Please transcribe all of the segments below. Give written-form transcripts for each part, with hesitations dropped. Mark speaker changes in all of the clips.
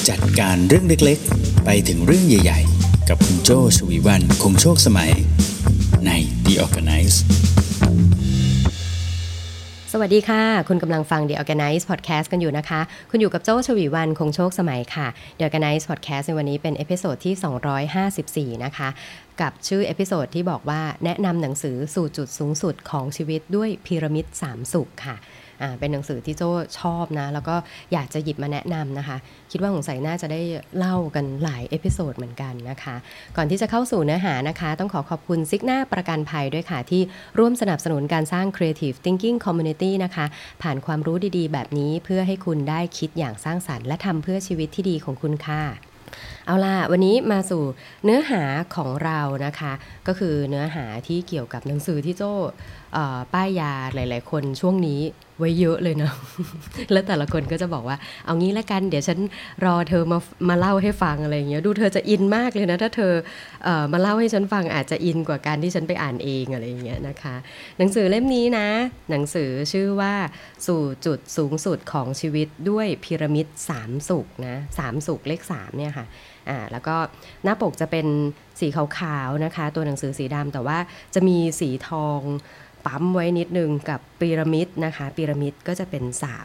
Speaker 1: จัดการเรื่องเล็กๆไปถึงเรื่องใหญ่ๆกับคุณโจชวีวรรณคงโชคสมัยใน The Organize
Speaker 2: สวัสดีค่ะคุณกำลังฟัง The Organize Podcast กันอยู่นะคะคุณอยู่กับโจ้ชวีวรรณคงโชคสมัยค่ะ The Organize Podcast ในวันนี้เป็นเอพิโซดที่254นะคะกับชื่อเอพิโซดที่บอกว่าแนะนำหนังสือสู่จุดสูงสุดของชีวิตด้วยพีระมิด3สุขค่ะเป็นหนังสือที่โจ้ชอบนะแล้วก็อยากจะหยิบมาแนะนำนะคะคิดว่าสงสัยน่าจะได้เล่ากันหลายเอพิโซดเหมือนกันนะคะก่อนที่จะเข้าสู่เนื้อหานะคะต้องขอบคุณซิกนาประกันภัยด้วยค่ะที่ร่วมสนับสนุนการสร้าง Creative Thinking Community นะคะผ่านความรู้ดีๆแบบนี้เพื่อให้คุณได้คิดอย่างสร้างสรรค์และทำเพื่อชีวิตที่ดีของคุณค่ะเอาล่ะวันนี้มาสู่เนื้อหาของเรานะคะก็คือเนื้อหาที่เกี่ยวกับหนังสือที่โจ้ป้ายยาหลายๆคนช่วงนี้ไว้เยอะเลยนะ แล้วแต่ละคนก็จะบอกว่าเอางี้ละกันเดี๋ยวฉันรอเธอมาเล่าให้ฟังอะไรอย่างเงี้ยดูเธอจะอินมากเลยนะถ้าเธอมาเล่าให้ฉันฟังอาจจะอินกว่าการที่ฉันไปอ่านเองอะไรอย่างเงี้ยนะคะหนังสือเล่มนี้นะหนังสือชื่อว่าสู่จุดสูงสุดของชีวิตด้วยพีระมิด3สุขนะ3สุขเลข3เนี่ยค่ะแล้วก็หน้าปกจะเป็นสีขาวๆนะคะตัวหนังสือสีดำแต่ว่าจะมีสีทองปั๊มไว้นิดนึงกับพีระมิดนะคะพีระมิดก็จะเป็น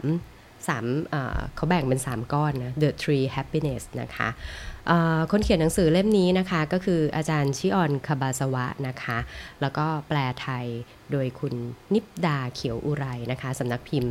Speaker 2: เขาแบ่งเป็น3ก้อนนะ The Three Happiness นะคะคนเขียนหนังสือเล่มนี้นะคะก็คืออาจารย์ชิออนคาบาสวะนะคะแล้วก็แปลไทยโดยคุณนิปดาเขียวอุไรนะคะสำนักพิมพ์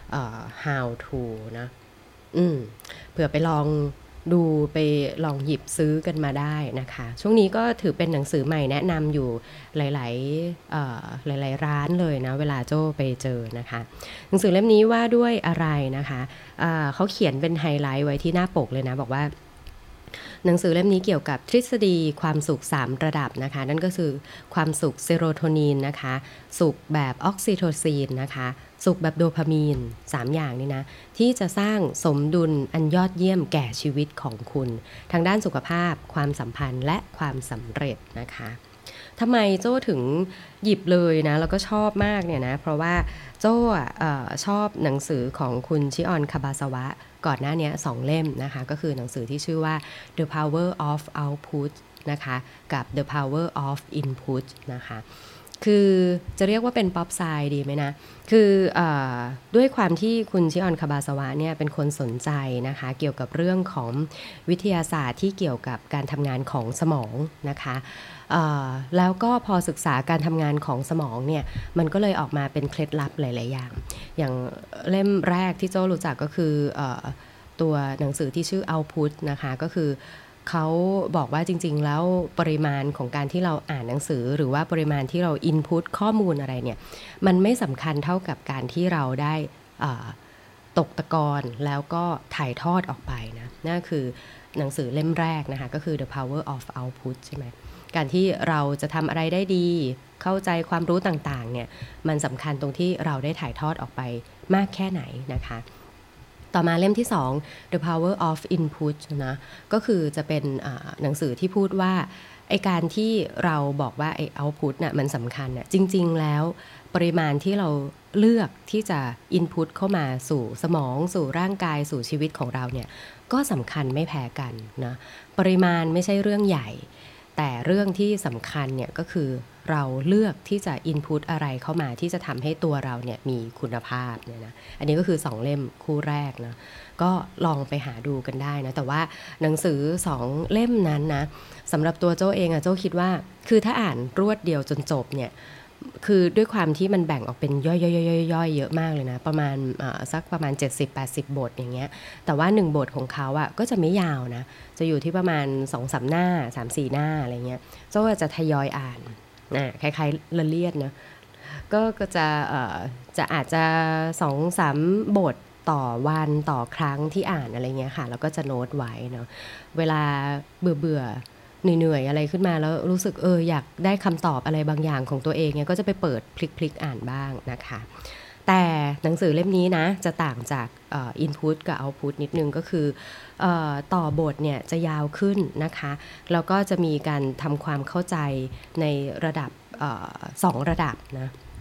Speaker 2: How to นะเผื่อไปลองดูไปลองหยิบซื้อกันมาได้นะคะช่วงนี้ก็ถือเป็นหนังสือใหม่แนะนำอยู่หลายร้านเลยนะเวลาโจ้ไปเจอนะคะหนังสือเล่มนี้ว่าด้วยอะไรนะคะเขาเขียนเป็นไฮไลท์ไว้ที่หน้าปกเลยนะบอกว่าหนังสือเล่มนี้เกี่ยวกับทฤษฎีความสุข3ระดับนะคะนั่นก็คือความสุขเซโรโทนินนะคะสุขแบบออกซิโทซินนะคะสุขแบบโดพามีน3อย่างนี้นะที่จะสร้างสมดุลอันยอดเยี่ยมแก่ชีวิตของคุณทางด้านสุขภาพความสัมพันธ์และความสำเร็จนะคะทำไมโจ้ถึงหยิบเลยนะแล้วก็ชอบมากเนี่ยนะเพราะว่าโจ้ชอบหนังสือของคุณชิออนคาบาสวะก่อนหน้านี้2เล่มนะคะก็คือหนังสือที่ชื่อว่า The Power of Output นะคะกับ The Power of Input นะคะคือจะเรียกว่าเป็นป๊อปไซด์ดีไหมนะคือด้วยความที่คุณชิออนคาบาสวะเนี่ยเป็นคนสนใจนะคะเกี่ยวกับเรื่องของวิทยาศาสตร์ที่เกี่ยวกับการทำงานของสมองนะคะแล้วก็พอศึกษาการทำงานของสมองเนี่ยมันก็เลยออกมาเป็นเคล็ดลับหลายๆอย่างเล่มแรกที่โจ้รู้จักก็คือตัวหนังสือที่ชื่อ Output นะคะก็คือเขาบอกว่าจริงๆแล้วปริมาณของการที่เราอ่านหนังสือหรือว่าปริมาณที่เรา input ข้อมูลอะไรเนี่ยมันไม่สำคัญเท่ากับการที่เราได้ตกตะกอนแล้วก็ถ่ายทอดออกไปนะนั่นคือหนังสือเล่มแรกนะคะก็คือ The Power of Output ใช่ไหมการที่เราจะทำอะไรได้ดีเข้าใจความรู้ต่างๆเนี่ยมันสำคัญตรงที่เราได้ถ่ายทอดออกไปมากแค่ไหนนะคะต่อมาเล่มที่2 The Power of Input นะก็คือจะเป็นหนังสือที่พูดว่าไอการที่เราบอกว่าไอ Output น่ะมันสำคัญน่ะจริงๆแล้วปริมาณที่เราเลือกที่จะ Input เข้ามาสู่สมองสู่ร่างกายสู่ชีวิตของเราเนี่ยก็สำคัญไม่แพ้กันนะปริมาณไม่ใช่เรื่องใหญ่แต่เรื่องที่สำคัญเนี่ยก็คือเราเลือกที่จะ input อะไรเข้ามาที่จะทำให้ตัวเราเนี่ยมีคุณภาพเนี่ยนะอันนี้ก็คือ2เล่มคู่แรกนะก็ลองไปหาดูกันได้นะแต่ว่าหนังสือ2เล่มนั้นนะสำหรับตัวโจ้เองอะโจ้คิดว่าคือถ้าอ่านรวดเดียวจนจบเนี่ยคือด้วยความที่มันแบ่งออกเป็นย่อยๆๆๆเยอะมากเลยนะประมาณสักประมาณ 70-80 บทอย่างเงี้ยแต่ว่า1บทของเขาอะก็จะไม่ยาวนะจะอยู่ที่ประมาณ 2-3 หน้า 3-4 หน้าอะไรเงี้ยโจ้จะทยอยอ่านคล้ายๆละเลียดนะก็จะอาจจะ 2-3 บทต่อวันต่อครั้งที่อ่านอะไรเงี้ยค่ะแล้วก็จะโน้ตไว้เนาะเวลาเบื่อเหนื่อยอะไรขึ้นมาแล้วรู้สึกอยากได้คำตอบอะไรบางอย่างของตัวเองเนี่ยก็จะไปเปิดพลิกอ่านบ้างนะคะแต่หนังสือเล่มนี้นะจะต่างจากinput กับ output นิดนึงก็คือต่อบทเนี่ยจะยาวขึ้นนะคะแล้วก็จะมีการทำความเข้าใจในระดับ2ระดับนะ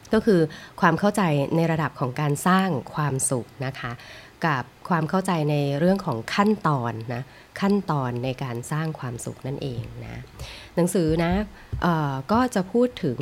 Speaker 2: ก็คือความเข้าใจในระดับของการสร้างความสุขนะคะกับความเข้าใจในเรื่องของขั้นตอนนะขั้นตอนในการสร้างความสุขนั่นเองนะหนังสือนะก็จะพูดถึง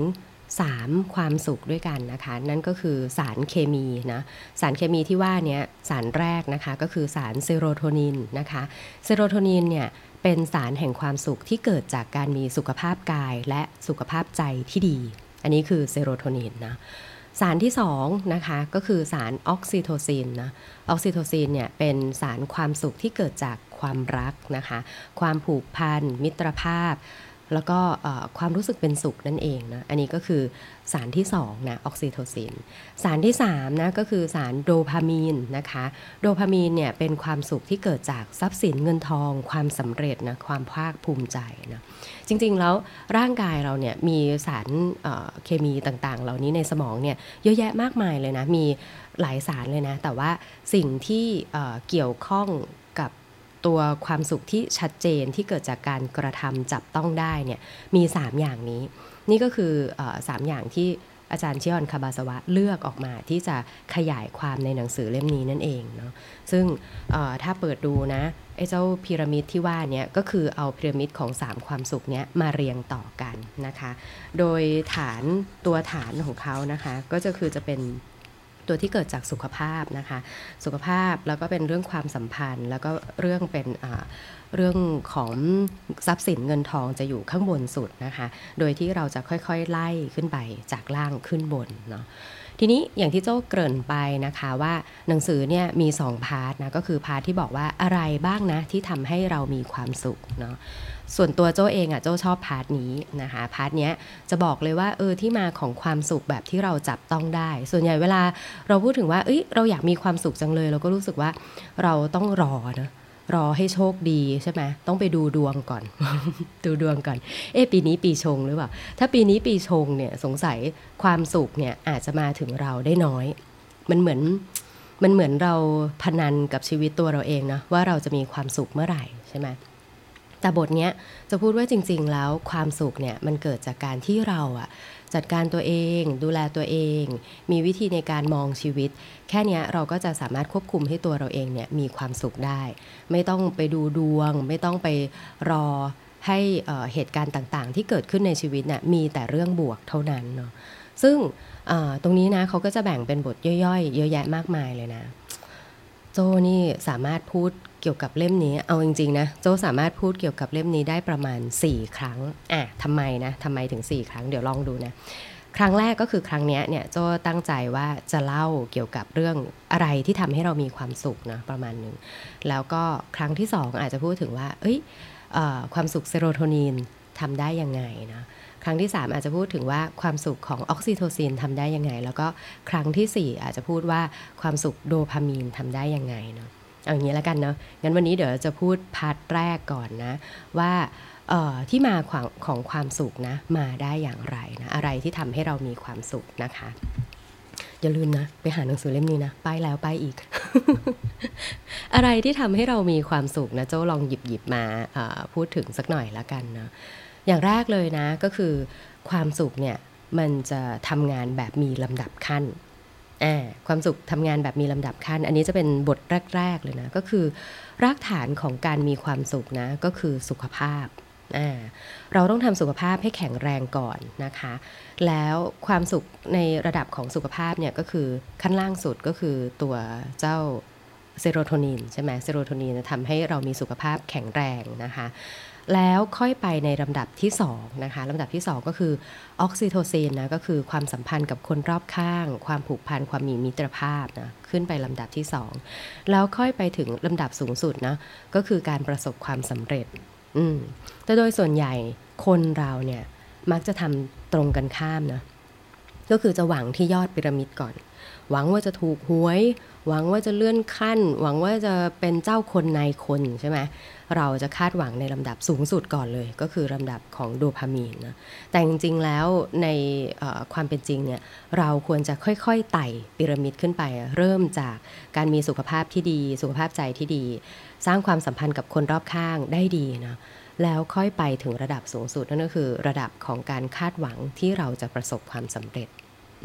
Speaker 2: 3ความสุขด้วยกันนะคะนั่นก็คือสารเคมีนะสารเคมีที่ว่านี้สารแรกนะคะก็คือสารเซโรโทนินนะคะเซโรโทนินเนี่ยเป็นสารแห่งความสุขที่เกิดจากการมีสุขภาพกายและสุขภาพใจที่ดีอันนี้คือเซโรโทนินนะสารที่2นะคะก็คือสารออกซิโทซินนะออกซิโทซินเนี่ยเป็นสารความสุขที่เกิดจากความรักนะคะความผูกพันมิตรภาพแล้วก็ความรู้สึกเป็นสุขนั่นเองนะอันนี้ก็คือสารที่2นะออกซิโทซินสารที่3นะก็คือสารโดพามีนนะคะโดพามีนเนี่ยเป็นความสุขที่เกิดจากทรัพย์สินเงินทองความสำเร็จนะความภาคภูมิใจนะจริงๆแล้วร่างกายเราเนี่ยมีสารเคมีต่างๆเหล่านี้ในสมองเนี่ยเยอะแยะมากมายเลยนะมีหลายสารเลยนะแต่ว่าสิ่งที่เกี่ยวข้องกับตัวความสุขที่ชัดเจนที่เกิดจากการกระทำจับต้องได้เนี่ยมี3อย่างนี้นี่ก็คือ3อย่างที่อาจารย์ชิออนคาบาซาวะเลือกออกมาที่จะขยายความในหนังสือเล่มนี้นั่นเองเนาะซึ่งถ้าเปิดดูนะไอ้เจ้าพีระมิดที่ว่านี้ก็คือเอาพีระมิดของ3ความสุขเนี้ยมาเรียงต่อกันนะคะโดยตัวฐานของเขานะคะก็จะเป็นตัวที่เกิดจากสุขภาพนะคะสุขภาพแล้วก็เป็นเรื่องความสัมพันธ์แล้วก็เรื่องเป็นเรื่องของทรัพย์สินเงินทองจะอยู่ข้างบนสุดนะคะโดยที่เราจะค่อยๆไล่ขึ้นไปจากล่างขึ้นบนเนาะทีนี้อย่างที่โจ้เกริ่นไปนะคะว่าหนังสือเนี่ยมี2พาร์ทนะก็คือพาร์ทที่บอกว่าอะไรบ้างนะที่ทำให้เรามีความสุขเนาะส่วนตัวโจ้เองโจ้ชอบพาร์ทนี้นะคะพาร์ทเนี้ยจะบอกเลยว่าที่มาของความสุขแบบที่เราจับต้องได้ส่วนใหญ่เวลาเราพูดถึงว่าเราอยากมีความสุขจังเลยเราก็รู้สึกว่าเราต้องรอให้โชคดีใช่ไหมต้องไปดูดวงก่อน ดูดวงก่อนปีนี้ปีชงหรือเปล่าถ้าปีนี้ปีชงเนี่ยสงสัยความสุขเนี่ยอาจจะมาถึงเราได้น้อยมันเหมือนเราพนันกับชีวิตตัวเราเองนะว่าเราจะมีความสุขเมื่อไหร่ใช่ไหมแต่บทเนี้ยจะพูดว่าจริงๆแล้วความสุขเนี่ยมันเกิดจากการที่เราจัดการตัวเองดูแลตัวเองมีวิธีในการมองชีวิตแค่นี้เราก็จะสามารถควบคุมให้ตัวเราเองเนี่ยมีความสุขได้ไม่ต้องไปดูดวงไม่ต้องไปรอให้เหตุการณ์ต่างๆที่เกิดขึ้นในชีวิตเนี่ยมีแต่เรื่องบวกเท่านั้นเนาะซึ่งตรงนี้นะเขาก็จะแบ่งเป็นบทย่อยๆเยอะแยะมากมายเลยนะโจนี่สามารถพูดเกี่ยวกับเล่มนี้เอาจริงๆนะโจสามารถพูดเกี่ยวกับเล่มนี้ได้ประมาณ4ครั้งทำไมถึง4ครั้งเดี๋ยวลองดูนะครั้งแรกก็คือครั้งนี้เนี่ยโจตั้งใจว่าจะเล่าเกี่ยวกับเรื่องอะไรที่ทำให้เรามีความสุขนะประมาณนึงแล้วก็ครั้งที่2อาจจะพูดถึงว่าความสุขเซโรโทนินทำได้ยังไงนะครั้งที่3อาจจะพูดถึงว่าความสุขของออกซิโทซินทำได้ยังไงแล้วก็ครั้งที่4อาจจะพูดว่าความสุขโดพามีนทำได้ยังไงเนาะเอาอย่างนี้แล้วกันเนาะงั้นวันนี้เดี๋ยวจะพูดพาร์ทแรกก่อนนะว่าที่มาของความสุขนะมาได้อย่างไรนะอะไรที่ทำให้เรามีความสุขนะคะอย่าลืมนะไปหาหนังสือเล่มนี้นะป้ายแล้วป้ายอีก อะไรที่ทำให้เรามีความสุขนะโจ้ลองหยิบมาพูดถึงสักหน่อยแล้วกันนะอย่างแรกเลยนะก็คือความสุขเนี่ยมันจะทำงานแบบมีลำดับขั้นความสุขทำงานแบบมีลำดับขั้นอันนี้จะเป็นบทแรกๆเลยนะก็คือรากฐานของการมีความสุขนะก็คือสุขภาพเราต้องทำสุขภาพให้แข็งแรงก่อนนะคะแล้วความสุขในระดับของสุขภาพเนี่ยก็คือขั้นล่างสุดก็คือตัวเจ้าเซโรโทนินใช่ไหมเซโรโทนินทำให้เรามีสุขภาพแข็งแรงนะคะแล้วค่อยไปในลำดับที่2นะคะลำดับที่2ก็คือออกซิโทซินนะก็คือความสัมพันธ์กับคนรอบข้างความผูกพันความมีมิตรภาพนะขึ้นไปลำดับที่2แล้วค่อยไปถึงลำดับสูงสุดนะก็คือการประสบความสำเร็จแต่โดยส่วนใหญ่คนเราเนี่ยมักจะทำตรงกันข้ามนะก็คือจะหวังที่ยอดพีระมิดก่อนหวังว่าจะถูกหวยหวังว่าจะเลื่อนขั้นหวังว่าจะเป็นเจ้าคนนายคนใช่ไหมเราจะคาดหวังในลำดับสูงสุดก่อนเลยก็คือลำดับของโดพามีนนะแต่จริงๆแล้วในความเป็นจริงเนี่ยเราควรจะค่อยๆไต่พีระมิดขึ้นไปเริ่มจากการมีสุขภาพที่ดีสุขภาพใจที่ดีสร้างความสัมพันธ์กับคนรอบข้างได้ดีนะแล้วค่อยไปถึงระดับสูงสุดนั่นก็คือระดับของการคาดหวังที่เราจะประสบความสำเร็จ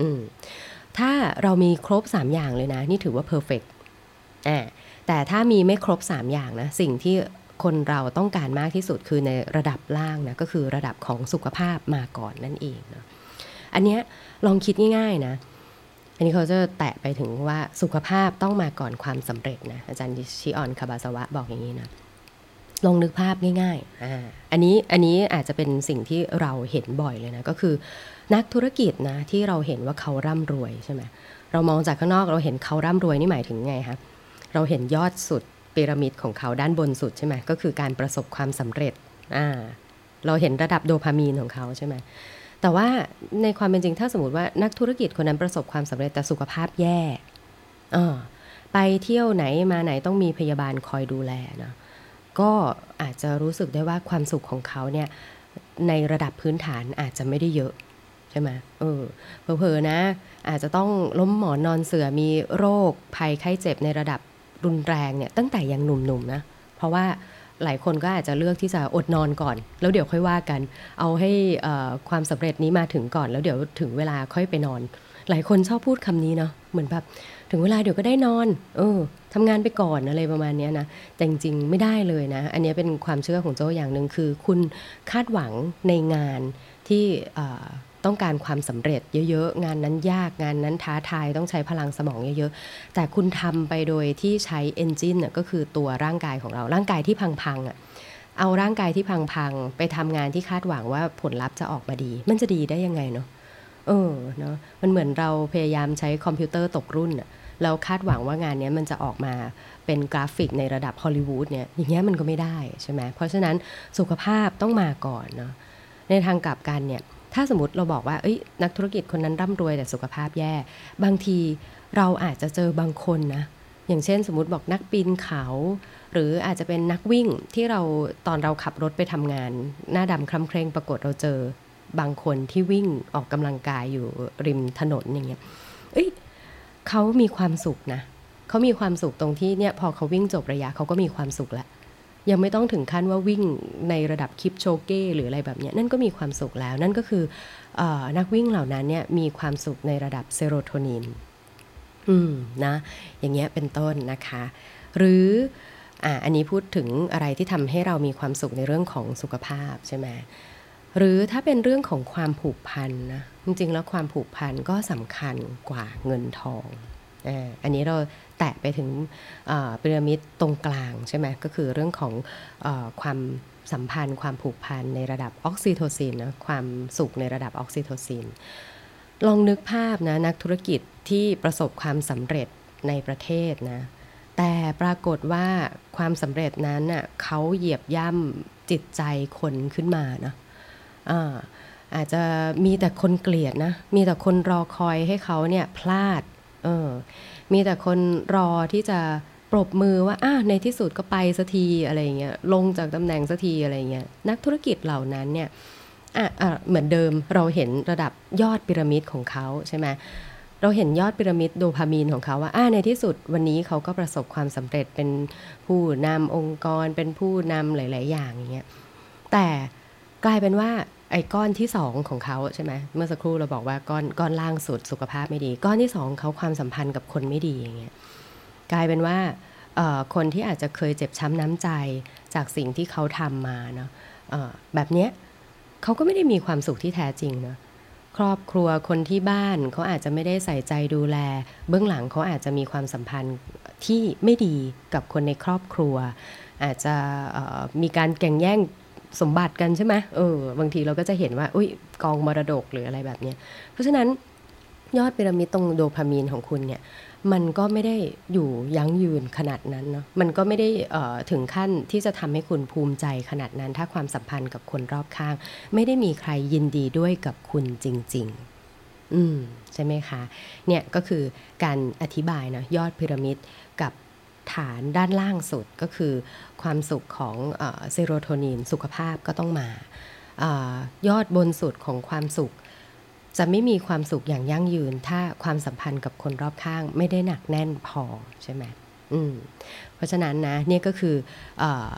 Speaker 2: ถ้าเรามีครบ3อย่างเลยนะนี่ถือว่าเพอร์เฟกต์แต่ถ้ามีไม่ครบ3อย่างนะสิ่งที่คนเราต้องการมากที่สุดคือในระดับล่างนะก็คือระดับของสุขภาพมาก่อนนั่นเองนะอันเนี้ยลองคิดง่ายๆนะอันนี้เขาจะแตะไปถึงว่าสุขภาพต้องมาก่อนความสำเร็จนะอาจารย์ชิออนคาบาซาวะบอกอย่างนี้นะลองนึกภาพง่ายๆอันนี้อาจจะเป็นสิ่งที่เราเห็นบ่อยเลยนะก็คือนักธุรกิจนะที่เราเห็นว่าเขาร่ำรวยใช่ไหมเรามองจากข้างนอกเราเห็นเขาร่ำรวยนี่หมายถึงไงคะเราเห็นยอดสุดพีระมิดของเขาด้านบนสุดใช่ไหมก็คือการประสบความสำเร็จเราเห็นระดับโดพามีนของเขาใช่ไหมแต่ว่าในความเป็นจริงถ้าสมมติว่านักธุรกิจคนนั้นประสบความสำเร็จแต่สุขภาพแย่ไปเที่ยวไหนมาไหนต้องมีพยาบาลคอยดูแลนะก็อาจจะรู้สึกได้ว่าความสุขของเขาเนี่ยในระดับพื้นฐานอาจจะไม่ได้เยอะใช่ไหมเผลอๆนะอาจจะต้องล้มหมอนนอนเสื่อมีโรคภัยไข้เจ็บในระดับรุนแรงเนี่ยตั้งแต่ยังหนุ่มๆนะเพราะว่าหลายคนก็อาจจะเลือกที่จะอดนอนก่อนแล้วเดี๋ยวค่อยว่ากันเอาให้ความสำเร็จนี้มาถึงก่อนแล้วเดี๋ยวถึงเวลาค่อยไปนอนหลายคนชอบพูดคำนี้เนาะเหมือนแบบถึงเวลาเดี๋ยวก็ได้นอนทำงานไปก่อนอะไรประมาณนี้นะแต่จริงๆไม่ได้เลยนะอันนี้เป็นความเชื่อของโจ้อย่างหนึ่งคือคุณคาดหวังในงานที่ต้องการความสำเร็จเยอะๆงานนั้นยากงานนั้นท้าทายต้องใช้พลังสมองเยอะๆแต่คุณทำไปโดยที่ใช้ engine น่ะก็คือตัวร่างกายของเราร่างกายที่พังๆอ่ะเอาร่างกายที่พังๆไปทำงานที่คาดหวังว่าผลลัพธ์จะออกมาดีมันจะดีได้ยังไงเนาะเนาะมันเหมือนเราพยายามใช้คอมพิวเตอร์ตกรุ่นอ่ะแล้วคาดหวังว่างานนี้มันจะออกมาเป็นกราฟิกในระดับฮอลลีวูดเนี่ยอย่างเงี้ยมันก็ไม่ได้ใช่ไหมเพราะฉะนั้นสุขภาพต้องมาก่อนเนาะในทางกลับกันเนี่ยถ้าสมมติเราบอกว่านักธุรกิจคนนั้นร่ำรวยแต่สุขภาพแย่บางทีเราอาจจะเจอบางคนนะอย่างเช่นสมมติบอกนักปีนเขาหรืออาจจะเป็นนักวิ่งที่เราตอนเราขับรถไปทำงานหน้าดำคล้ำเคร่งปรากฏเราเจอบางคนที่วิ่งออกกำลังกายอยู่ริมถนนอย่างเงี้ยเขามีความสุขนะเขามีความสุขตรงที่เนี่ยพอเขาวิ่งจบระยะเขาก็มีความสุขแล้วยังไม่ต้องถึงขั้นว่าวิ่งในระดับคิปโชเก้หรืออะไรแบบนี้นั่นก็มีความสุขแล้วนั่นก็คือนักวิ่งเหล่านั้นเนี่ยมีความสุขในระดับเซโรโทนินนะอย่างเงี้ยเป็นต้นนะคะหรืออันนี้พูดถึงอะไรที่ทำให้เรามีความสุขในเรื่องของสุขภาพใช่ไหมหรือถ้าเป็นเรื่องของความผูกพันนะจริงๆแล้วความผูกพันก็สำคัญกว่าเงินทองอันนี้เราแตะไปถึงพีระมิดตรงกลางใช่ไหมก็คือเรื่องของความสัมพันธ์ความผูกพันในระดับออกซิโทซินนะความสุขในระดับออกซิโทซินลองนึกภาพนะนักธุรกิจที่ประสบความสำเร็จในประเทศนะแต่ปรากฏว่าความสำเร็จนั้นน่ะเขาเหยียบย่ำจิตใจคนขึ้นมานะอาจจะมีแต่คนเกลียดนะมีแต่คนรอคอยให้เขาเนี่ยพลาดมีแต่คนรอที่จะปรบมือว่าในที่สุดก็ไปสักทีอะไรเงี้ยลงจากตำแหน่งสักทีอะไรเงี้ยนักธุรกิจเหล่านั้นเนี่ยเหมือนเดิมเราเห็นระดับยอดพีระมิดของเขาใช่ไหมเราเห็นยอดพีระมิดโดพามีนของเขาว่าในที่สุดวันนี้เขาก็ประสบความสำเร็จเป็นผู้นำองค์กรเป็นผู้นำหลายๆอย่างอย่างเงี้ยแต่กลายเป็นว่าไอ้ก้อนที่2ของเขาใช่ไหมเมื่อสักครู่เราบอกว่าก้อนล่างสุดสุขภาพไม่ดีก้อนที่2เขาความสัมพันธ์กับคนไม่ดีอย่างเงี้ยกลายเป็นว่าคนที่อาจจะเคยเจ็บช้ำน้ำใจจากสิ่งที่เขาทำมาเนาะแบบเนี้ยเขาก็ไม่ได้มีความสุขที่แท้จริงเนาะครอบครัวคนที่บ้านเขาอาจจะไม่ได้ใส่ใจดูแลเบื้องหลังเขาอาจจะมีความสัมพันธ์ที่ไม่ดีกับคนในครอบครัวอาจจะมีการแข่งแย่งสมบัติกันใช่ไหมบางทีเราก็จะเห็นว่ากองมรดกหรืออะไรแบบนี้เพราะฉะนั้นยอดพีระมิดตรงโดพามีนของคุณเนี่ยมันก็ไม่ได้อยู่ยั้งยืนขนาดนั้นเนาะมันก็ไม่ได้ถึงขั้นที่จะทำให้คุณภูมิใจขนาดนั้นถ้าความสัมพันธ์กับคนรอบข้างไม่ได้มีใครยินดีด้วยกับคุณจริงๆใช่ไหมคะเนี่ยก็คือการอธิบายนะยอดพีระมิดกับฐานด้านล่างสุดก็คือความสุขของเซโรโทนินสุขภาพก็ต้องมายอดบนสุดของความสุขจะไม่มีความสุขอย่างยั่งยืนถ้าความสัมพันธ์กับคนรอบข้างไม่ได้หนักแน่นพอใช่ไหมเพราะฉะนั้นนะนี่ก็คือ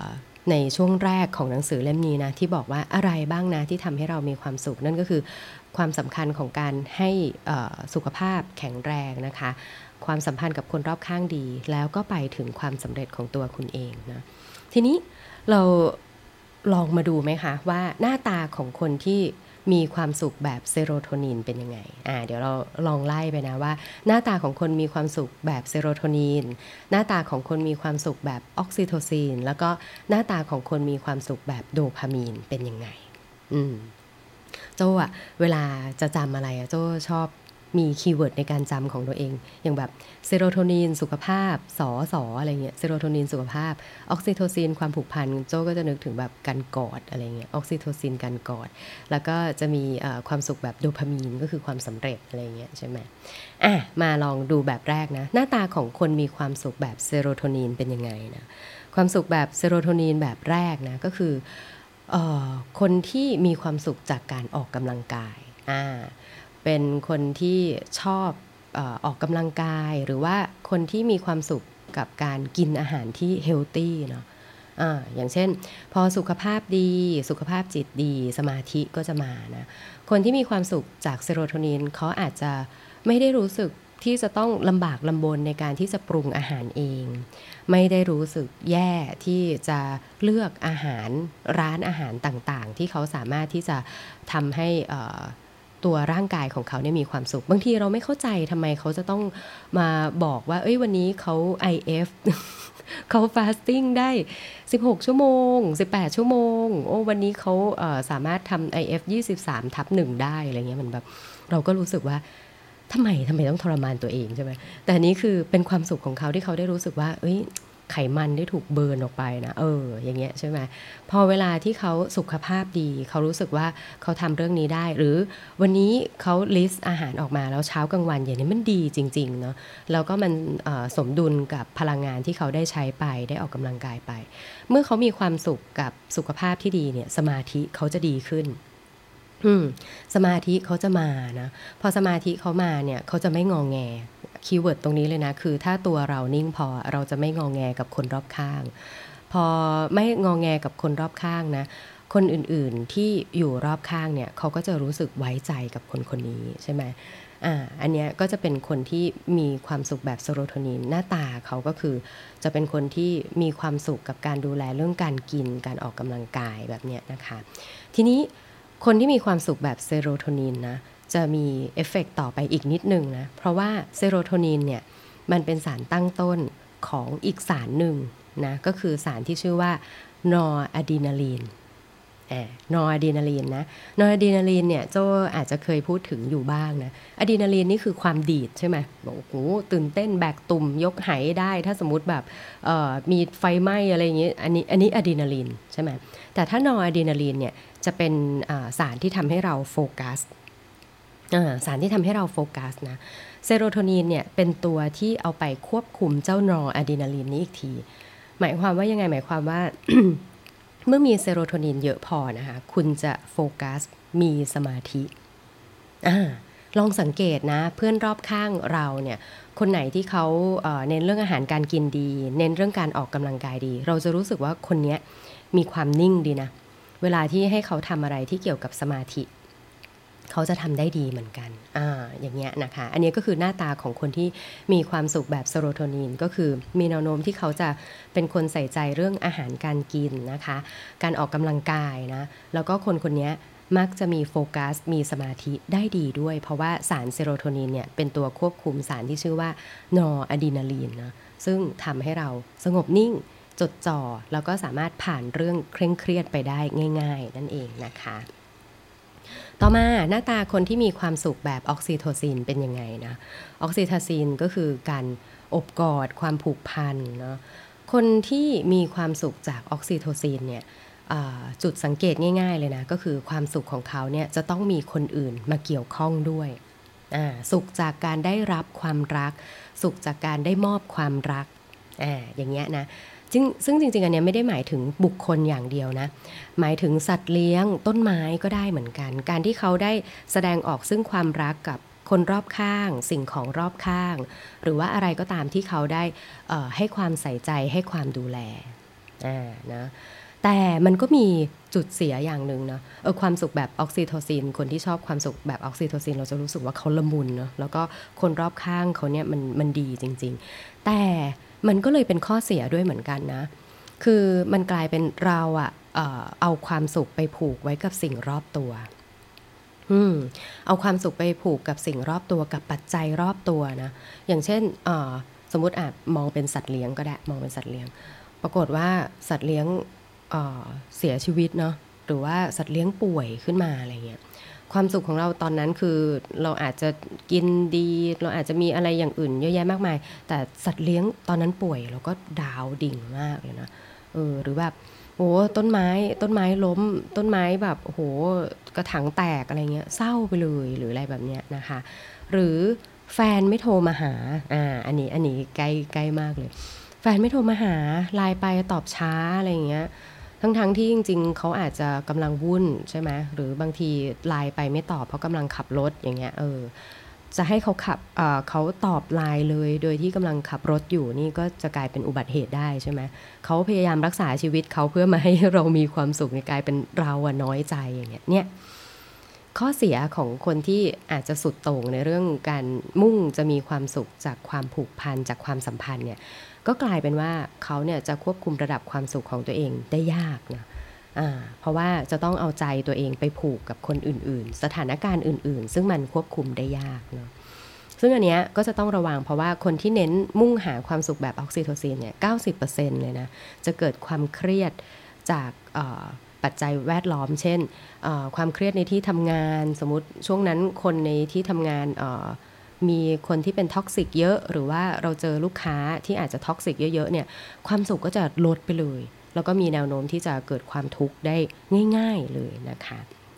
Speaker 2: ในช่วงแรกของหนังสือเล่มนี้นะที่บอกว่าอะไรบ้างนะที่ทำให้เรามีความสุขนั่นก็คือความสำคัญของการให้สุขภาพแข็งแรงนะคะความสัมพันธ์กับคนรอบข้างดีแล้วก็ไปถึงความสำเร็จของตัวคุณเองนะทีนี้เราลองมาดูไหมคะว่าหน้าตาของคนที่มีความสุขแบบเซโรโทนินเป็นยังไงเดี๋ยวเราลองไล่ไปนะว่าหน้าตาของคนมีความสุขแบบเซโรโทนินหน้าตาของคนมีความสุขแบบออกซิโทซินแล้วก็หน้าตาของคนมีความสุขแบบโดพามีนเป็นยังไงโจ้อะเวลาจะจำอะไรอะโจ้ชอบมีคีย์เวิร์ดในการจำของตัวเองอย่างแบบเซโรโทนินสุขภาพสอะไรเงี้ยเซโรโทนินสุขภาพออกซิโทซินความผูกพันโจ้ก็จะนึกถึงแบบการกอดอะไรเงี้ยออกซิโทซินการกอดแล้วก็จะมีความสุขแบบโดพามีนก็คือความสำเร็จอะไรเงี้ยใช่ไหมมาลองดูแบบแรกนะหน้าตาของคนมีความสุขแบบเซโรโทนินเป็นยังไงนะความสุขแบบเซโรโทนินแบบแรกนะก็คือคนที่มีความสุขจากการออกกำลังกายเป็นคนที่ชอบออกกำลังกายหรือว่าคนที่มีความสุขกับการกินอาหารที่เฮลตี้เนาะอย่างเช่นพอสุขภาพดีสุขภาพจิตดีสมาธิก็จะมานะคนที่มีความสุขจากเซโรโทนินเขาอาจจะไม่ได้รู้สึกที่จะต้องลำบากลำบนในการที่จะปรุงอาหารเองไม่ได้รู้สึกแย่ที่จะเลือกอาหารร้านอาหารต่างๆที่เขาสามารถที่จะทำให้ตัวร่างกายของเขาเนี่ยมีความสุขบางทีเราไม่เข้าใจทำไมเขาจะต้องมาบอกว่าวันนี้เขา IF เขาฟาสติ้งได้16ชั่วโมง18ชั่วโมงวันนี้เขาสามารถทำ IF 23/1ได้อะไรเงี้ยมันแบบเราก็รู้สึกว่าทำไมต้องทรมานตัวเองใช่ไหมแต่อันนี้คือเป็นความสุขของเขาที่เขาได้รู้สึกว่าไขมันได้ถูกเบิร์นออกไปนะอย่างเงี้ยใช่ไหมพอเวลาที่เขาสุขภาพดีเขารู้สึกว่าเขาทำเรื่องนี้ได้หรือวันนี้เขาลิสต์อาหารออกมาแล้วเช้ากลางวันอย่างนี้มันดีจริงๆเนาะแล้วก็มันสมดุลกับพลังงานที่เขาได้ใช้ไปได้ออกกำลังกายไปเมื่อเขามีความสุขกับสุขภาพที่ดีเนี่ยสมาธิเขาจะดีขึ้นสมาธิเขาจะมานะพอสมาธิเขามาเนี่ยเขาจะไม่งอแงคีย์เวิร์ดตรงนี้เลยนะคือถ้าตัวเรานิ่งพอเราจะไม่งอแงกับคนรอบข้างพอไม่งอแงกับคนรอบข้างนะคนอื่นๆที่อยู่รอบข้างเนี่ยเขาก็จะรู้สึกไว้ใจกับคนคนนี้ใช่ไหมอันเนี้ยก็จะเป็นคนที่มีความสุขแบบเซโรโทนินหน้าตาเขาก็คือจะเป็นคนที่มีความสุขกับการดูแลเรื่องการกินการออกกำลังกายแบบเนี้ยนะคะทีนี้คนที่มีความสุขแบบเซโรโทนินนะจะมีเอฟเฟกต์ต่อไปอีกนิดนึงนะเพราะว่าเซโรโทนินเนี่ยมันเป็นสารตั้งต้นของอีกสารหนึ่งนะก็คือสารที่ชื่อว่านอร์อะดรีนาลีนนอร์อะดรีนาลีนนะนอร์อะดรีนาลีนเนี่ยโจอาจจะเคยพูดถึงอยู่บ้างนะอะดรีนาลีนนี่คือความดีดใช่ไหมบอกโอ้โหตื่นเต้นแบกตุ่มยกไหได้ถ้าสมมติแบบมีไฟไหม้อะไรอย่างเงี้ยอันนี้อะดรีนาลีนใช่ไหมแต่ถ้านอร์อะดรีนาลีนเนี่ยจะเป็นสารที่ทำให้เราโฟกัสสารที่ทำให้เราโฟกัสนะเซโรโทนินเนี่ยเป็นตัวที่เอาไปควบคุมเจ้านอร์อะดรีนาลีนนี้อีกทีหมายความว่ายังไงหมายความว่า เมื่อมีเซโรโทนินเยอะพอนะคะคุณจะโฟกัสมีสมาธิลองสังเกตนะเพื่อนรอบข้างเราเนี่ยคนไหนที่เขาเน้นเรื่องอาหารการกินดีเน้นเรื่องการออกกำลังกายดีเราจะรู้สึกว่าคนนี้มีความนิ่งดีนะเวลาที่ให้เขาทำอะไรที่เกี่ยวกับสมาธิเขาจะทำได้ดีเหมือนกันอย่างเงี้ยนะคะอันนี้ก็คือหน้าตาของคนที่มีความสุขแบบเซโรโทนินก็คือมีแนวโน้มที่เขาจะเป็นคนใส่ใจเรื่องอาหารการกินนะคะการออกกำลังกายนะแล้วก็คนคนนี้มักจะมีโฟกัสมีสมาธิได้ดีด้วยเพราะว่าสารเซโรโทนินเนี่ยเป็นตัวควบคุมสารที่ชื่อว่านอร์อะดรีนาลีนนะซึ่งทำให้เราสงบนิ่งจดจ่อแล้วก็สามารถผ่านเรื่องเคร่งเครียดไปได้ง่ายๆนั่นเองนะคะต่อมาหน้าตาคนที่มีความสุขแบบออกซิโทซินเป็นยังไงนะออกซิโทซินก็คือการอบกอดความผูกพันเนาะคนที่มีความสุขจากออกซิโทซินเนี่ยจุดสังเกตง่ายๆเลยนะก็คือความสุขของเขาเนี่ยจะต้องมีคนอื่นมาเกี่ยวข้องด้วยสุขจากการได้รับความรักสุขจากการได้มอบความรักอย่างเงี้ยนะซึ่งจริงๆอันเนี้ยไม่ได้หมายถึงบุคคลอย่างเดียวนะหมายถึงสัตว์เลี้ยงต้นไม้ก็ได้เหมือนกันการที่เขาได้แสดงออกซึ่งความรักกับคนรอบข้างสิ่งของรอบข้างหรือว่าอะไรก็ตามที่เขาได้ให้ความใส่ใจให้ความดูแลนะแต่มันก็มีจุดเสียอย่างหนึ่งเนาะความสุขแบบออกซิโทซินคนที่ชอบความสุขแบบออกซิโทซินเราจะรู้สึกว่าเขาละมุนเนาะแล้วก็คนรอบข้างเขาเนี่ยมันดีจริงๆแต่มันก็เลยเป็นข้อเสียด้วยเหมือนกันนะคือมันกลายเป็นเราเอาความสุขไปผูกไว้กับสิ่งรอบตัวเอาความสุขไปผูกกับสิ่งรอบตัวกับปัจจัยรอบตัวนะอย่างเช่นสมมุติมองเป็นสัตว์เลี้ยงก็ได้มองเป็นสัตว์เลี้ยงปรากฏว่าสัตว์เลี้ยงเสียชีวิตเนาะหรือว่าสัตว์เลี้ยงป่วยขึ้นมาอะไรเงี้ยความสุขของเราตอนนั้นคือเราอาจจะกินดีเราอาจจะมีอะไรอย่างอื่นเยอะแยะมากมายแต่สัตว์เลี้ยงตอนนั้นป่วยเราก็ดาวดิ่งมากเลยนะหรือแบบโอ้ต้นไม้ล้มต้นไม้แบบโอ้โหกระถางแตกอะไรเงี้ยเศร้าไปเลยหรืออะไรแบบเนี้ยนะคะหรือแฟนไม่โทรมาหาอันนี้ใกล้มากเลยแฟนไม่โทรมาหาไลน์ไปตอบช้าอะไรเงี้ยทั้งที่จริงๆเขาอาจจะกำลังวุ่นใช่ไหมหรือบางทีไลน์ไปไม่ตอบเพราะกำลังขับรถอย่างเงี้ยจะให้เขาตอบไลน์เลยโดยที่กำลังขับรถอยู่นี่ก็จะกลายเป็นอุบัติเหตุได้ใช่ไหมเขาพยายามรักษาชีวิตเขาเพื่อมาให้เรามีความสุขกลายเป็นเราน้อยใจอย่างเงี้ยเนี่ยข้อเสียของคนที่อาจจะสุดโต่งในเรื่องการมุ่งจะมีความสุขจากความผูกพันจากความสัมพันธ์เนี่ยก็กลายเป็นว่าเขาเนี่ยจะควบคุมระดับความสุขของตัวเองได้ยากนะเพราะว่าจะต้องเอาใจตัวเองไปผูกกับคนอื่นๆสถานการณ์อื่นๆซึ่งมันควบคุมได้ยากเนาะซึ่งอันเนี้ยก็จะต้องระวังเพราะว่าคนที่เน้นมุ่งหาความสุขแบบออกซิโทซินเนี่ย 90% เลยนะจะเกิดความเครียดจากปัจจัยแวดล้อมเช่นความเครียดในที่ทำงานสมมุติช่วงนั้นคนในที่ทำงานมีคนที่เป็นท็อกซิกเยอะหรือว่าเราเจอลูกค้าที่อาจจะท็อกซิกเยอะๆเนี่ยความสุขก็จะลดไปเลยแล้วก็มีแนวโน้มที่จะเกิดความทุกข์ได้ง่ายๆเลยนะคะ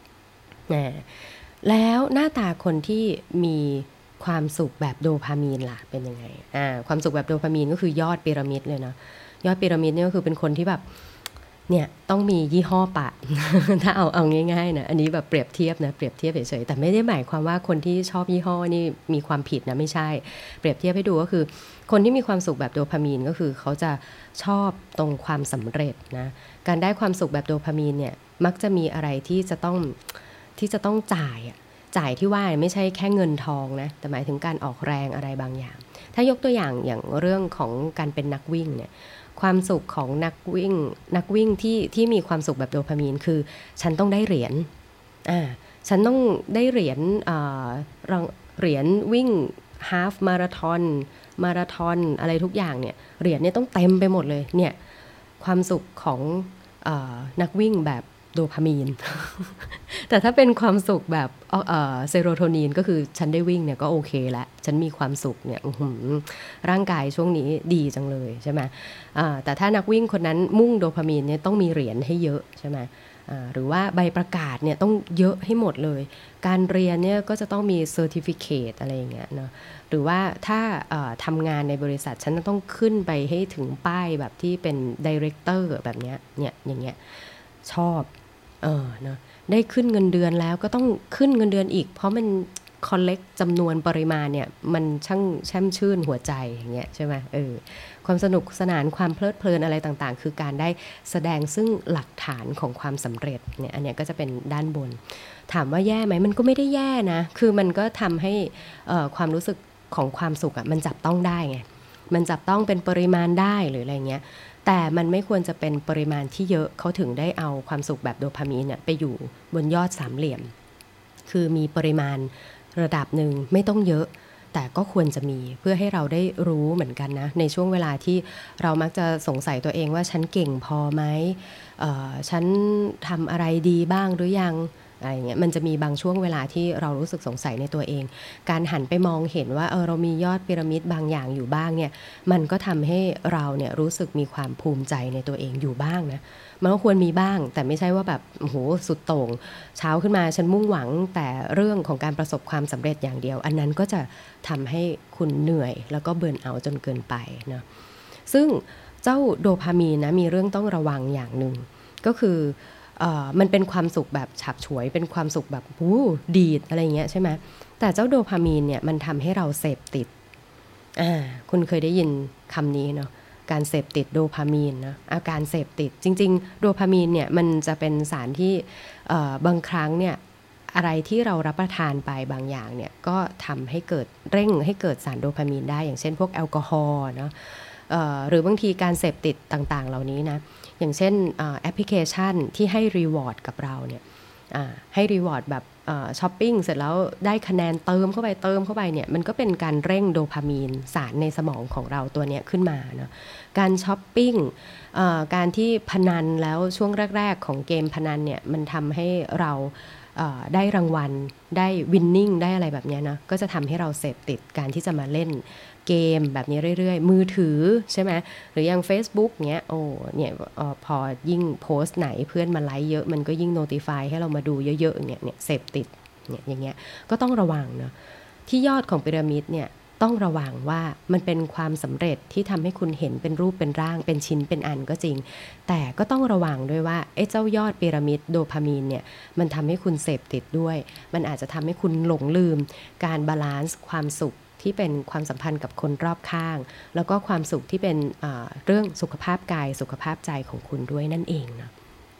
Speaker 2: แล้วหน้าตาคนที่มีความสุขแบบโดพามีนล่ะเป็นยังไงความสุขแบบโดพามีนก็คือยอดพีระมิดเลยนะยอดพีระมิดเนี่ยก็คือเป็นคนที่แบบเนี่ยต้องมียี่ห้อปะ ถ้าเอาง่ายๆนะอันนี้แบบเปรียบเทียบเฉยๆแต่ไม่ได้หมายความว่าคนที่ชอบยี่ห้อนี่มีความผิดนะไม่ใช่เปรียบเทียบให้ดูก็คือคนที่มีความสุขแบบโดพามีนก็คือเขาจะชอบตรงความสำเร็จนะการได้ความสุขแบบโดพามีนเนี่ยมักจะมีอะไรที่จะต้องจ่ายที่ว่าไม่ใช่แค่เงินทองนะแต่หมายถึงการออกแรงอะไรบางอย่างถ้ายกตัวอย่างเรื่องของการเป็นนักวิ่งเนี่ยความสุขของนักวิ่งที่มีความสุขแบบโดพามีนคือฉันต้องได้เหรียญฉันต้องได้เหรียญวิ่งฮาล์ฟมาราธอนอะไรทุกอย่างเนี่ยเหรียญเนี่ยต้องเต็มไปหมดเลยเนี่ยความสุขของนักวิ่งแบบโดพามีน แต่ถ้าเป็นความสุขแบบเซโรโทนินก็คือฉันได้วิ่งเนี่ยก็โอเคแล้วฉันมีความสุขเนี่ยร่างกายช่วงนี้ดีจังเลยใช่ไหมแต่ถ้านักวิ่งคนนั้นมุ่งโดพามีนเนี่ยต้องมีเหรียญให้เยอะใช่ไหมหรือว่าใบประกาศเนี่ยต้องเยอะให้หมดเลยการเรียนเนี่ยก็จะต้องมีเซอร์ติฟิเคตอะไรอย่างเงี้ยเนาะหรือว่าถ้าทำงานในบริษัทฉันต้องขึ้นไปให้ถึงป้ายแบบที่เป็นไดเรคเตอร์แบบเนี้ยเนี่ยอย่างเงี้ยชอบเนาะได้ขึ้นเงินเดือนแล้วก็ต้องขึ้นเงินเดือนอีกเพราะมันคอลเลกจำนวนปริมาณเนี่ยมันช่างแช่มชื่นหัวใจอย่างเงี้ยใช่ไหมความสนุกสนานความเพลิดเพลินอะไรต่างๆคือการได้แสดงซึ่งหลักฐานของความสำเร็จเนี่ยอันเนี้ยก็จะเป็นด้านบนถามว่าแย่ไหมมันก็ไม่ได้แย่นะคือมันก็ทำให้ความรู้สึกของความสุขมันจับต้องได้ไงมันจับต้องเป็นปริมาณได้หรืออะไรเงี้ยแต่มันไม่ควรจะเป็นปริมาณที่เยอะเขาถึงได้เอาความสุขแบบโดพามีนเนี่ยไปอยู่บนยอดสามเหลี่ยมคือมีปริมาณระดับหนึ่งไม่ต้องเยอะแต่ก็ควรจะมีเพื่อให้เราได้รู้เหมือนกันนะในช่วงเวลาที่เรามักจะสงสัยตัวเองว่าฉันเก่งพอไหมฉันทำอะไรดีบ้างหรือยังอะไรเงี้ยมันจะมีบางช่วงเวลาที่เรารู้สึกสงสัยในตัวเองการหันไปมองเห็นว่าเรามียอดพีระมิดบางอย่างอยู่บ้างเนี่ยมันก็ทำให้เราเนี่ยรู้สึกมีความภูมิใจในตัวเองอยู่บ้างนะมันก็ควรมีบ้างแต่ไม่ใช่ว่าแบบโอ้โหสุดโต่งเช้าขึ้นมาฉันมุ่งหวังแต่เรื่องของการประสบความสำเร็จอย่างเดียวอันนั้นก็จะทำให้คุณเหนื่อยแล้วก็เบิร์นเอาท์จนเกินไปนะซึ่งเจ้าโดพามีนนะมีเรื่องต้องระวังอย่างหนึ่งก็คือมันเป็นความสุขแบบฉับฉวยเป็นความสุขแบบดีดอะไรเงี้ยใช่ไหมแต่เจ้าโดพามีนเนี่ยมันทำให้เราเสพติดคุณเคยได้ยินคำนี้เนาะการเสพติดโดพามีนนะอาการเสพติดจริงๆโดพามีนเนี่ยมันจะเป็นสารที่บางครั้งเนี่ยอะไรที่เรารับประทานไปบางอย่างเนี่ยก็ทำให้เกิดเร่งให้เกิดสารโดพามีนได้อย่างเช่นพวกแอลกอฮอล์เนาะหรือบางทีการเสพติดต่างๆเหล่านี้นะอย่างเช่นแอปพลิเคชันที่ให้รีวอร์ดกับเราเนี่ยให้รีวอร์ดแบบช้อปปิ้งเสร็จแล้วได้คะแนนเติมเข้าไปเนี่ยมันก็เป็นการเร่งโดพามีนสารในสมองของเราตัวเนี้ยขึ้นมาเนาะการช้อปปิ้งการที่พนันแล้วช่วงแรกๆของเกมพนันเนี่ยมันทำให้เราได้รางวัลได้วินนิ่งได้อะไรแบบนี้นะก็จะทำให้เราเสพติดการที่จะมาเล่นเกมแบบนี้เรื่อยๆมือถือใช่ไหมหรืออย่าง Facebook เงี้ยเนี่ยพอยิ่งโพสต์ไหนเพื่อนมาไลค์เยอะมันก็ยิ่งโน้ติฟายให้เรามาดูเยอะๆเนี่ยเสพติดเนี่ยอย่างเงี้ยก็ต้องระวังเนาะที่ยอดของพีระมิดเนี่ยต้องระวังว่ามันเป็นความสำเร็จที่ทำให้คุณเห็นเป็นรูปเป็นร่างเป็นชิ้นเป็นอันก็จริงแต่ก็ต้องระวังด้วยว่าเจ้ายอดพีระมิดโดพามีนเนี่ยมันทำให้คุณเสพติดด้วยมันอาจจะทำให้คุณหลงลืมการบาลานซ์ความสุขที่เป็นความสัมพันธ์กับคนรอบข้างแล้วก็ความสุขที่เป็นเรื่องสุขภาพกายสุขภาพใจของคุณด้วยนั่นเองนะ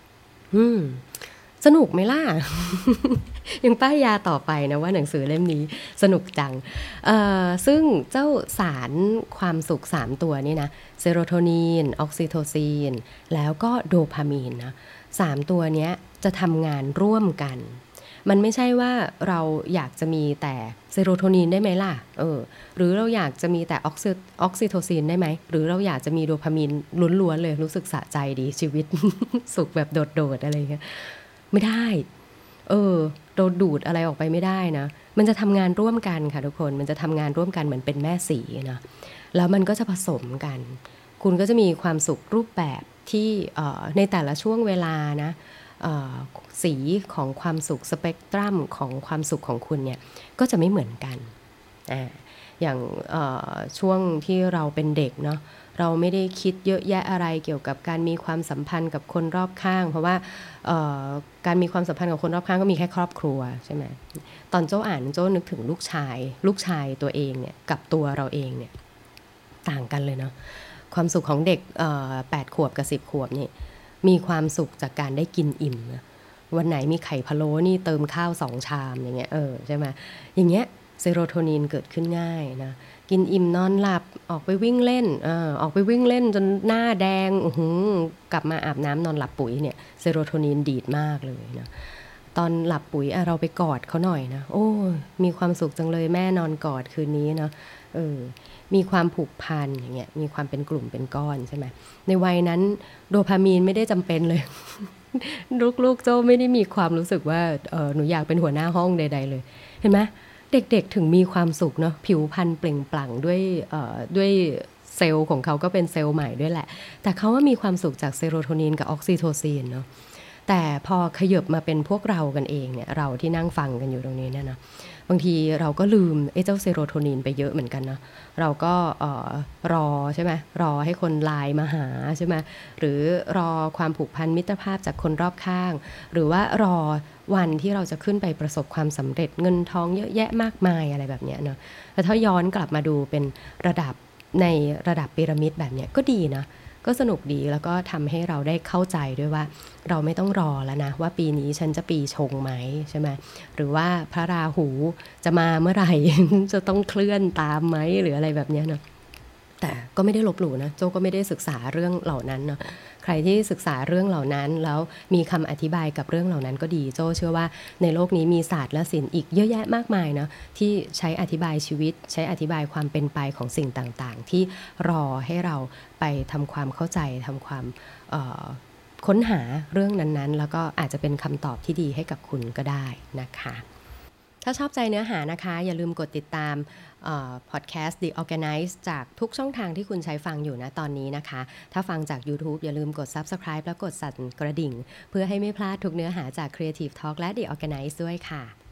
Speaker 2: สนุกไหมล่ะ ยังป้ายยาต่อไปนะว่าหนังสือเล่มนี้สนุกจังซึ่งเจ้าสารความสุข3ตัวนี่นะเซโรโทนินออกซิโทซินแล้วก็โดพามีนนะ3ตัวเนี้ยจะทำงานร่วมกันมันไม่ใช่ว่าเราอยากจะมีแต่เซโรโทนินได้ไหมล่ะหรือเราอยากจะมีแต่ออกซิโทซินได้ไหมหรือเราอยากจะมีโดพามีนล้วนๆเลยรู้สึกสะใจดีชีวิต สุขแบบโดดๆอะไรเงี้ยไม่ได้โดนดูดอะไรออกไปไม่ได้นะมันจะทำงานร่วมกันค่ะทุกคนมันจะทำงานร่วมกันเหมือนเป็นแม่สีนะแล้วมันก็จะผสมกันคุณก็จะมีความสุขรูปแบบที่ในแต่ละช่วงเวลานะสีของความสุขสเปกตรัมของความสุขของคุณเนี่ยก็จะไม่เหมือนกันอย่างช่วงที่เราเป็นเด็กเนาะเราไม่ได้คิดเยอะแยะอะไรเกี่ยวกับการมีความสัมพันธ์กับคนรอบข้างเพราะว่าการมีความสัมพันธ์กับคนรอบข้างก็มีแค่ครอบครัวใช่ไหมตอนโจ้อ่านโจ้นึกถึงลูกชายตัวเองเนี่ยกับตัวเราเองเนี่ยต่างกันเลยเนาะความสุขของเด็ก8 ขวบกับ10 ขวบนี่มีความสุขจากการได้กินอิ่มนะวันไหนมีไข่พะโล้นี่เติมข้าว2 ชามอย่างเงี้ยใช่ไหมอย่างเงี้ยเซโรโทนินเกิดขึ้นง่ายนะกินอิ่มนอนหลับออกไปวิ่งเล่นออกไปวิ่งเล่นจนหน้าแดงกลับมาอาบน้ำนอนหลับปุ๋ยเนี่ยเซโรโทนินดีดมากเลยนะตอนหลับปุ๋ยเราไปกอดเขาหน่อยนะโอ้มีความสุขจังเลยแม่นอนกอดคืนนี้เนาะมีความผูกพันอย่างเงี้ยมีความเป็นกลุ่มเป็นก้อนใช่ไหมในวัยนั้นโดพามีนไม่ได้จำเป็นเลย ลูกๆโจ้ไม่ได้มีความรู้สึกว่าหนูอยากเป็นหัวหน้าห้องใดๆเลยเห็นไหมเด็กๆถึงมีความสุขเนาะผิวพรรณเปล่งปลั่งด้วยเซลล์ของเขาก็เป็นเซลล์ใหม่ด้วยแหละแต่เขาว่ามีความสุขจากเซโรโทนินกับออกซิโทซินเนาะแต่พอขยับมาเป็นพวกเรากันเองเนี่ยเราที่นั่งฟังกันอยู่ตรงนี้เนี่ยนะบางทีเราก็ลืมเจ้าเซโรโทนินไปเยอะเหมือนกันนะเราก็รอใช่ไหมรอให้คนไลน์มาหาใช่ไหมหรือรอความผูกพันมิตรภาพจากคนรอบข้างหรือว่ารอวันที่เราจะขึ้นไปประสบความสำเร็จเงินทองเยอะแยะมากมายอะไรแบบนี้เนาะแต่ถ้าย้อนกลับมาดูเป็นระดับในระดับพีระมิดแบบนี้ก็ดีนะก็สนุกดีแล้วก็ทำให้เราได้เข้าใจด้วยว่าเราไม่ต้องรอแล้วนะว่าปีนี้ฉันจะปีชงไหมใช่ไหมหรือว่าพระราหูจะมาเมื่อไหร่ จะต้องเคลื่อนตามไหมหรืออะไรแบบนี้เนาะแต่ก็ไม่ได้ลบหลู่นะโจก็ไม่ได้ศึกษาเรื่องเหล่านั้นเนาะใครที่ศึกษาเรื่องเหล่านั้นแล้วมีคำอธิบายกับเรื่องเหล่านั้นก็ดีโจเชื่อว่าในโลกนี้มีศาสตร์และศิลป์อีกเยอะแยะมากมายนะที่ใช้อธิบายชีวิตใช้อธิบายความเป็นไปของสิ่งต่างๆที่รอให้เราไปทำความเข้าใจทำความค้นหาเรื่องนั้นๆแล้วก็อาจจะเป็นคำตอบที่ดีให้กับคุณก็ได้นะคะถ้าชอบใจเนื้อหานะคะอย่าลืมกดติดตามพอดแคสต์ The Organize จากทุกช่องทางที่คุณใช้ฟังอยู่นะตอนนี้นะคะถ้าฟังจาก YouTube อย่าลืมกด Subscribe แล้วกดสั่นกระดิ่งเพื่อให้ไม่พลาดทุกเนื้อหาจาก Creative Talk และ The Organize ด้วยค่ะ